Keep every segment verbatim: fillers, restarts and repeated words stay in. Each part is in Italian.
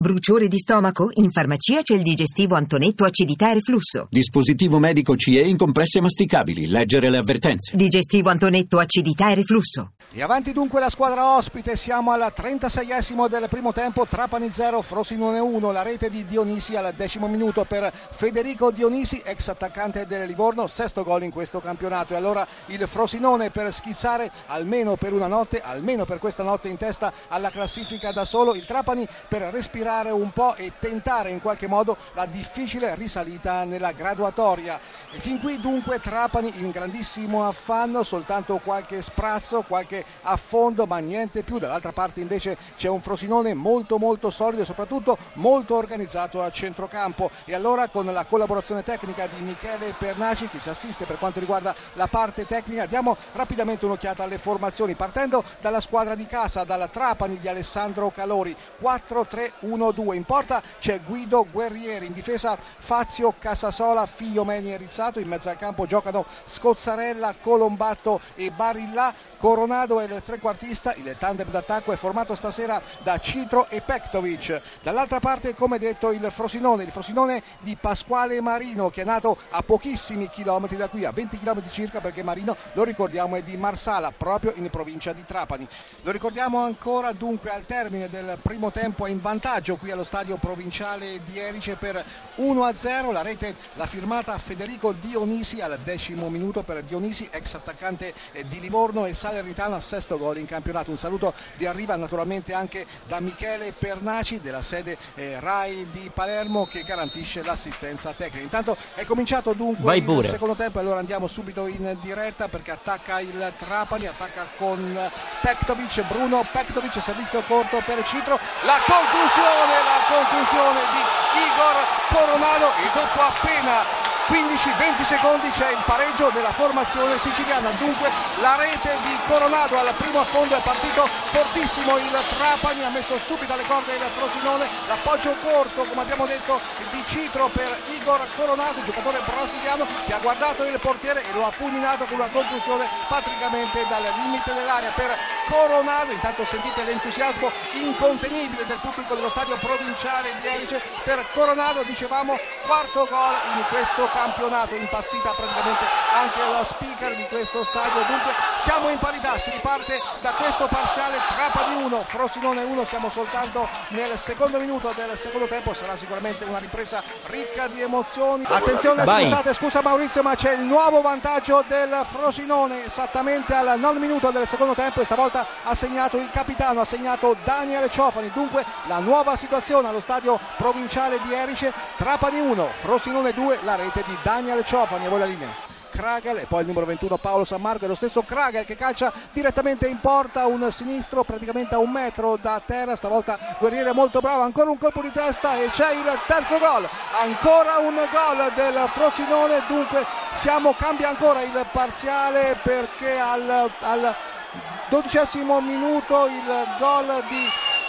Bruciore di stomaco? In farmacia c'è il digestivo Antonetto acidità e reflusso. Dispositivo medico C E in compresse masticabili. Leggere le avvertenze. Digestivo Antonetto acidità e reflusso. E avanti dunque la squadra ospite, siamo al trentaseiesimo del primo tempo, Trapani zero, Frosinone uno, la rete di Dionisi al decimo minuto per Federico Dionisi, ex attaccante del Livorno, sesto gol in questo campionato. E allora il Frosinone per schizzare almeno per una notte, almeno per questa notte in testa alla classifica da solo, il Trapani per respirare un po' e tentare in qualche modo la difficile risalita nella graduatoria. E fin qui dunque Trapani in grandissimo affanno, soltanto qualche sprazzo, qualche affondo ma niente più. Dall'altra parte invece c'è un Frosinone molto molto solido e soprattutto molto organizzato a centrocampo. E allora con la collaborazione tecnica di Michele Pernaci, che si assiste per quanto riguarda la parte tecnica, diamo rapidamente un'occhiata alle formazioni partendo dalla squadra di casa, dalla Trapani di Alessandro Calori. Quattro tre uno due, in porta c'è Guido Guerrieri, in difesa Fazio Casasola, Figliomeni e Rizzato, in mezzo al campo giocano Scozzarella, Colombatto e Barilla. Coronado è il trequartista, il tandem d'attacco è formato stasera da Citro e Pektovic. Dall'altra parte, come detto, il Frosinone, il Frosinone di Pasquale Marino, che è nato a pochissimi chilometri da qui, a venti chilometri circa, perché Marino, lo ricordiamo, è di Marsala, proprio in provincia di Trapani. Lo ricordiamo ancora dunque al termine del primo tempo, è in vantaggio qui allo stadio provinciale di Erice per uno a zero, la rete l'ha firmata Federico Dionisi al decimo minuto per Dionisi, ex attaccante di Livorno e Salernitana, sesto gol in campionato. Un saluto vi arriva naturalmente anche da Michele Pernaci della sede eh, Rai di Palermo, che garantisce l'assistenza tecnica. Intanto è cominciato dunque Vai il pure. secondo tempo e allora andiamo subito in diretta perché attacca il Trapani, attacca con Pektovic, Bruno Pektovic, servizio corto per Citro, la conclusione, la conclusione di Igor Coronado e dopo appena quindici venti secondi c'è il pareggio della formazione siciliana. Dunque la rete di Coronado al primo affondo, è partito fortissimo il Trapani, ha messo subito alle corde il Frosinone, l'appoggio corto come abbiamo detto di Citro per Igor Coronado, il giocatore brasiliano che ha guardato il portiere e lo ha fulminato con una conclusione praticamente dal limite dell'area per Coronado. Intanto sentite l'entusiasmo incontenibile del pubblico dello stadio provinciale di Erice per Coronado, dicevamo quarto gol in questo campionato, impazzita praticamente anche la speaker di questo stadio. Dunque siamo in parità, si riparte da questo parziale, Trapani uno, Frosinone uno, siamo soltanto nel secondo minuto del secondo tempo, sarà sicuramente una ripresa ricca di emozioni. Attenzione, Vai. scusate, scusa Maurizio, ma c'è il nuovo vantaggio del Frosinone esattamente al nono minuto del secondo tempo e stavolta ha segnato il capitano, ha segnato Daniel Ciofani. Dunque la nuova situazione allo stadio provinciale di Erice, Trapani uno, Frosinone due, la rete di Daniel Ciofani. A voi la linea. Kragel e poi il numero ventuno Paolo Sammarco, è lo stesso Kragel che calcia direttamente in porta, un sinistro praticamente a un metro da terra, stavolta Guerriere molto bravo, ancora un colpo di testa e c'è il terzo gol, ancora un gol del Frosinone. Dunque siamo, cambia ancora il parziale perché al, al dodicesimo minuto il gol di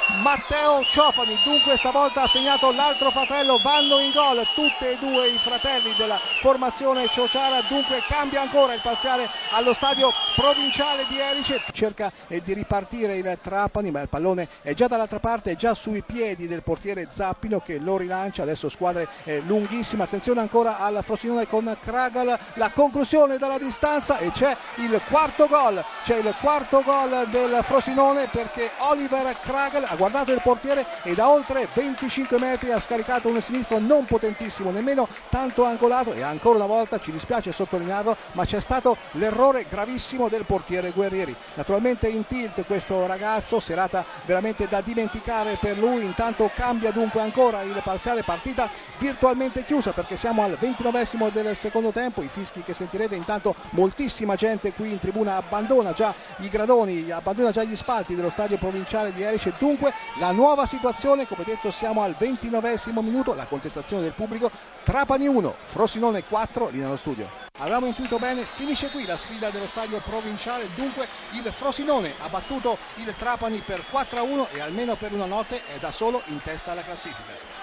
Matteo Ciofani, dunque stavolta ha segnato l'altro fratello, vanno in gol tutti e due i fratelli della formazione ciociara. Dunque cambia ancora il parziale allo stadio provinciale di Erice, cerca eh, di ripartire il Trapani ma il pallone è già dall'altra parte, è già sui piedi del portiere Zappino che lo rilancia. Adesso squadre eh, lunghissime, attenzione ancora al Frosinone con Kragel, la conclusione dalla distanza e c'è il quarto gol, c'è il quarto gol del Frosinone perché Oliver Kragel ha guardato il portiere e da oltre venticinque metri ha scaricato un sinistro non potentissimo, nemmeno tanto angolato e ancora una volta ci dispiace sottolinearlo ma c'è stato l'errore gravissimo del portiere Guerrieri. Naturalmente in tilt questo ragazzo, serata veramente da dimenticare per lui. Intanto cambia dunque ancora il parziale, partita virtualmente chiusa perché siamo al ventinovesimo del secondo tempo, i fischi che sentirete, intanto moltissima gente qui in tribuna abbandona già i gradoni, abbandona già gli spalti dello stadio provinciale di Erice. Dunque la nuova situazione, come detto siamo al ventinovesimo minuto, la contestazione del pubblico, Trapani uno, Frosinone quattro, lì nello studio. Avevamo intuito bene, finisce qui la sfida dello stadio provinciale, dunque il Frosinone ha battuto il Trapani per quattro a uno e almeno per una notte è da solo in testa alla classifica.